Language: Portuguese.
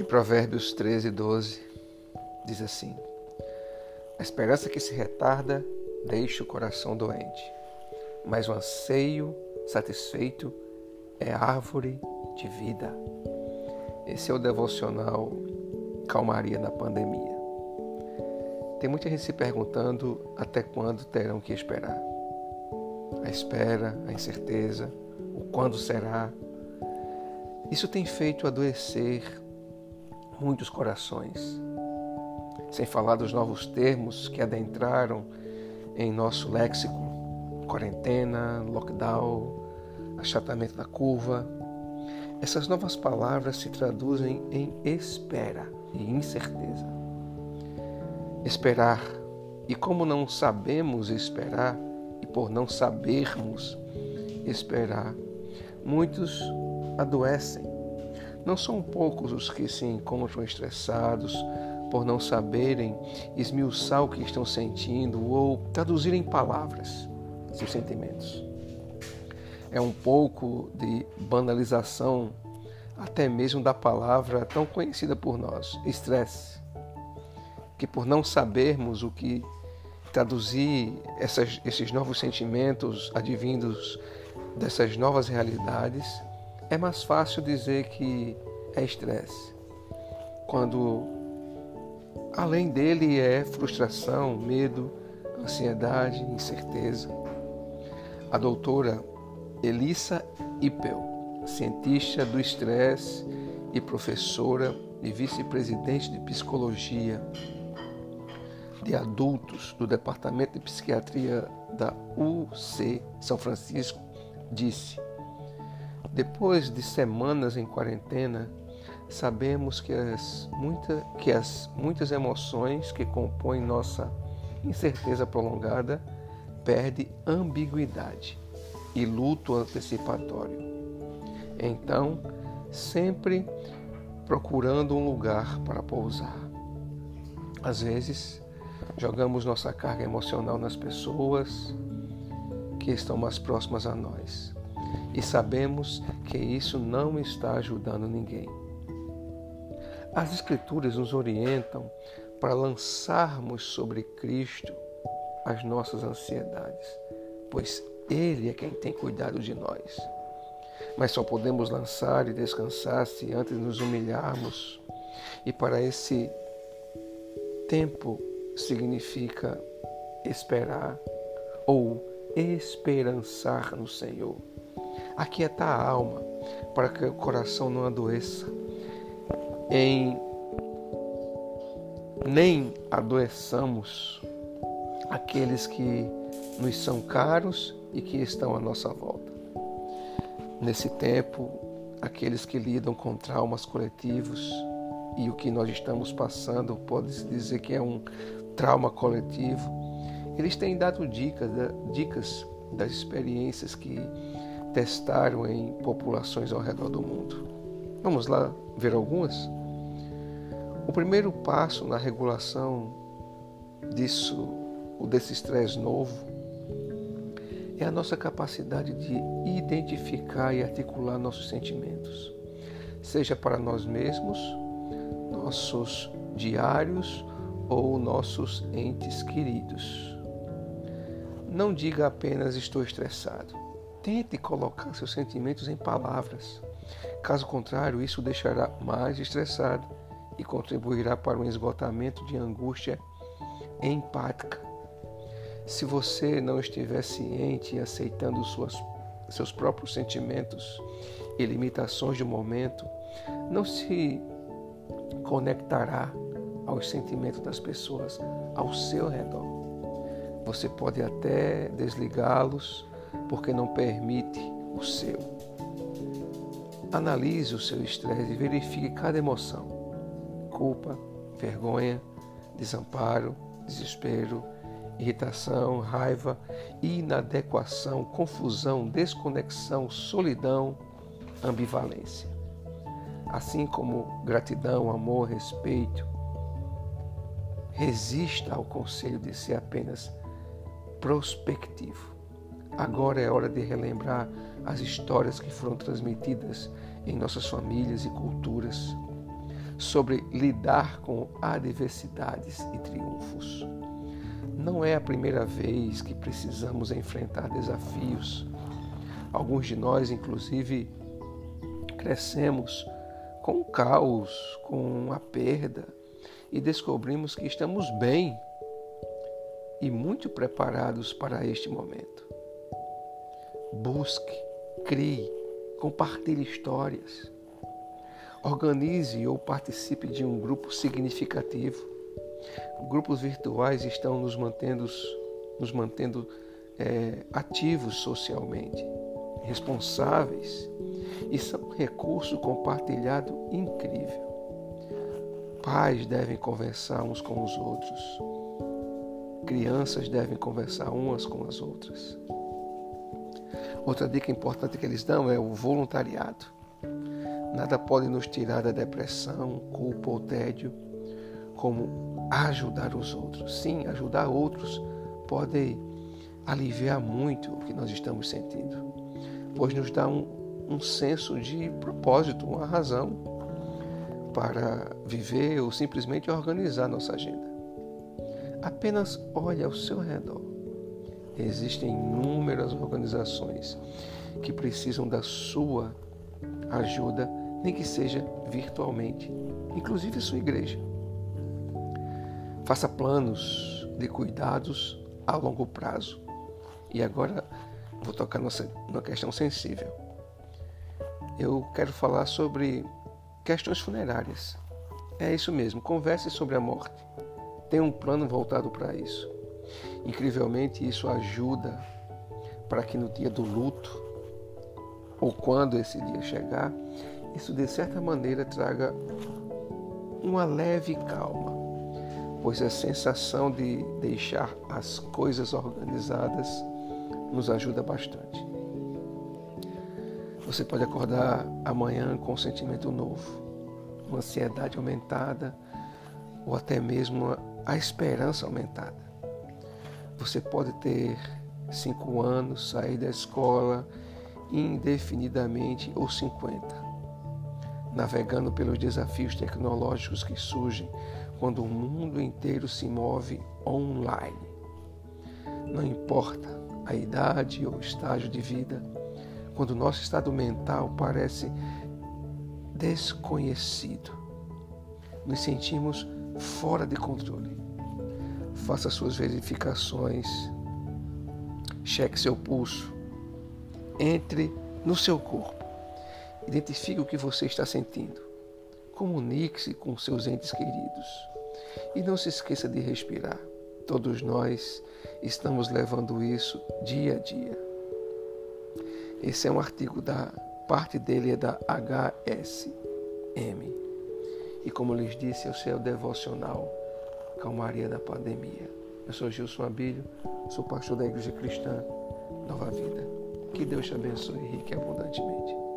Provérbios 13:12 diz assim: a esperança que se retarda deixa o coração doente, mas o anseio satisfeito é árvore de vida. Esse é o devocional Calmaria na Pandemia. Tem muita gente se perguntando até quando terão que esperar. A espera, a incerteza, o quando será. Isso tem feito adoecer muitos corações. Sem falar dos novos termos que adentraram em nosso léxico: quarentena, lockdown, achatamento da curva. Essas novas palavras se traduzem em espera e incerteza. Esperar. E como não sabemos esperar, e por não sabermos esperar, muitos adoecem. Não são poucos os que se encontram estressados por não saberem esmiuçar o que estão sentindo ou traduzir em palavras seus sentimentos. É um pouco de banalização até mesmo da palavra tão conhecida por nós, estresse, que por não sabermos o que traduzir esses novos sentimentos advindos dessas novas realidades, é mais fácil dizer que é estresse, quando além dele é frustração, medo, ansiedade, incerteza. A doutora Elissa Epel, cientista do estresse e professora e vice-presidente de psicologia de adultos do Departamento de Psiquiatria da UC São Francisco, disse: depois de semanas em quarentena, sabemos que as muitas emoções que compõem nossa incerteza prolongada perdem ambiguidade e luto antecipatório. Então, sempre procurando um lugar para pousar. Às vezes, jogamos nossa carga emocional nas pessoas que estão mais próximas a nós e sabemos que isso não está ajudando ninguém. As Escrituras nos orientam para lançarmos sobre Cristo as nossas ansiedades, pois Ele é quem tem cuidado de nós. Mas só podemos lançar e descansar se antes nos humilharmos. E para esse tempo significa esperar ou esperançar no Senhor. Aquietar a alma para que o coração não adoeça. Nem adoeçamos aqueles que nos são caros e que estão à nossa volta. Nesse tempo, aqueles que lidam com traumas coletivos, e o que nós estamos passando pode-se dizer que é um trauma coletivo, eles têm dado dicas das experiências que testaram em populações ao redor do mundo. Vamos lá ver algumas? O primeiro passo na regulação desse estresse novo é a nossa capacidade de identificar e articular nossos sentimentos, seja para nós mesmos, nossos diários ou nossos entes queridos. Não diga apenas estou estressado. Tente colocar seus sentimentos em palavras. Caso contrário, isso o deixará mais estressado e contribuirá para um esgotamento de angústia empática. Se você não estiver ciente e aceitando seus próprios sentimentos e limitações de momento, não se conectará aos sentimentos das pessoas ao seu redor. Você pode até desligá-los porque não permite o seu. Analise o seu estresse e verifique cada emoção: culpa, vergonha, desamparo, desespero, irritação, raiva, inadequação, confusão, desconexão, solidão, ambivalência. Assim como gratidão, amor, respeito. Resista ao conselho de ser apenas prospectivo. Agora é hora de relembrar as histórias que foram transmitidas em nossas famílias e culturas. sobre lidar com adversidades e triunfos. Não é a primeira vez que precisamos enfrentar desafios. Alguns de nós, inclusive, crescemos com o caos, com a perda e descobrimos que estamos bem e muito preparados para este momento. Busque, crie, compartilhe histórias. Organize ou participe de um grupo significativo. Grupos virtuais estão nos mantendo ativos socialmente, responsáveis, e são um recurso compartilhado incrível. Pais devem conversar uns com os outros. Crianças devem conversar umas com as outras. Outra dica importante que eles dão é o voluntariado. Nada pode nos tirar da depressão, culpa ou tédio, como ajudar os outros. Sim, ajudar outros pode aliviar muito o que nós estamos sentindo, pois nos dá um senso de propósito, uma razão para viver ou simplesmente organizar nossa agenda. Apenas olhe ao seu redor. Existem inúmeras organizações que precisam da sua ajuda, nem que seja virtualmente, inclusive sua igreja. Faça planos de cuidados a longo prazo. E agora vou tocar numa questão sensível. Eu quero falar sobre questões funerárias. É isso mesmo, converse sobre a morte. Tenha um plano voltado para isso. Incrivelmente, isso ajuda para que no dia do luto, ou quando esse dia chegar, isso de certa maneira traga uma leve calma, pois a sensação de deixar as coisas organizadas nos ajuda bastante. Você pode acordar amanhã com um sentimento novo, uma ansiedade aumentada ou até mesmo a esperança aumentada. Você pode ter 5 anos, sair da escola indefinidamente ou 50, navegando pelos desafios tecnológicos que surgem quando o mundo inteiro se move online. Não importa a idade ou estágio de vida, quando o nosso estado mental parece desconhecido, nos sentimos fora de controle. Faça suas verificações, cheque seu pulso, entre no seu corpo, identifique o que você está sentindo, comunique-se com seus entes queridos e não se esqueça de respirar. Todos nós estamos levando isso dia a dia. Esse é um artigo parte dele é da HSM. E como eu lhes disse, esse é o devocional Calmaria da Pandemia. Eu sou Gilson Abílio, sou pastor da Igreja Cristã Nova Vida. Que Deus te abençoe rica e abundantemente.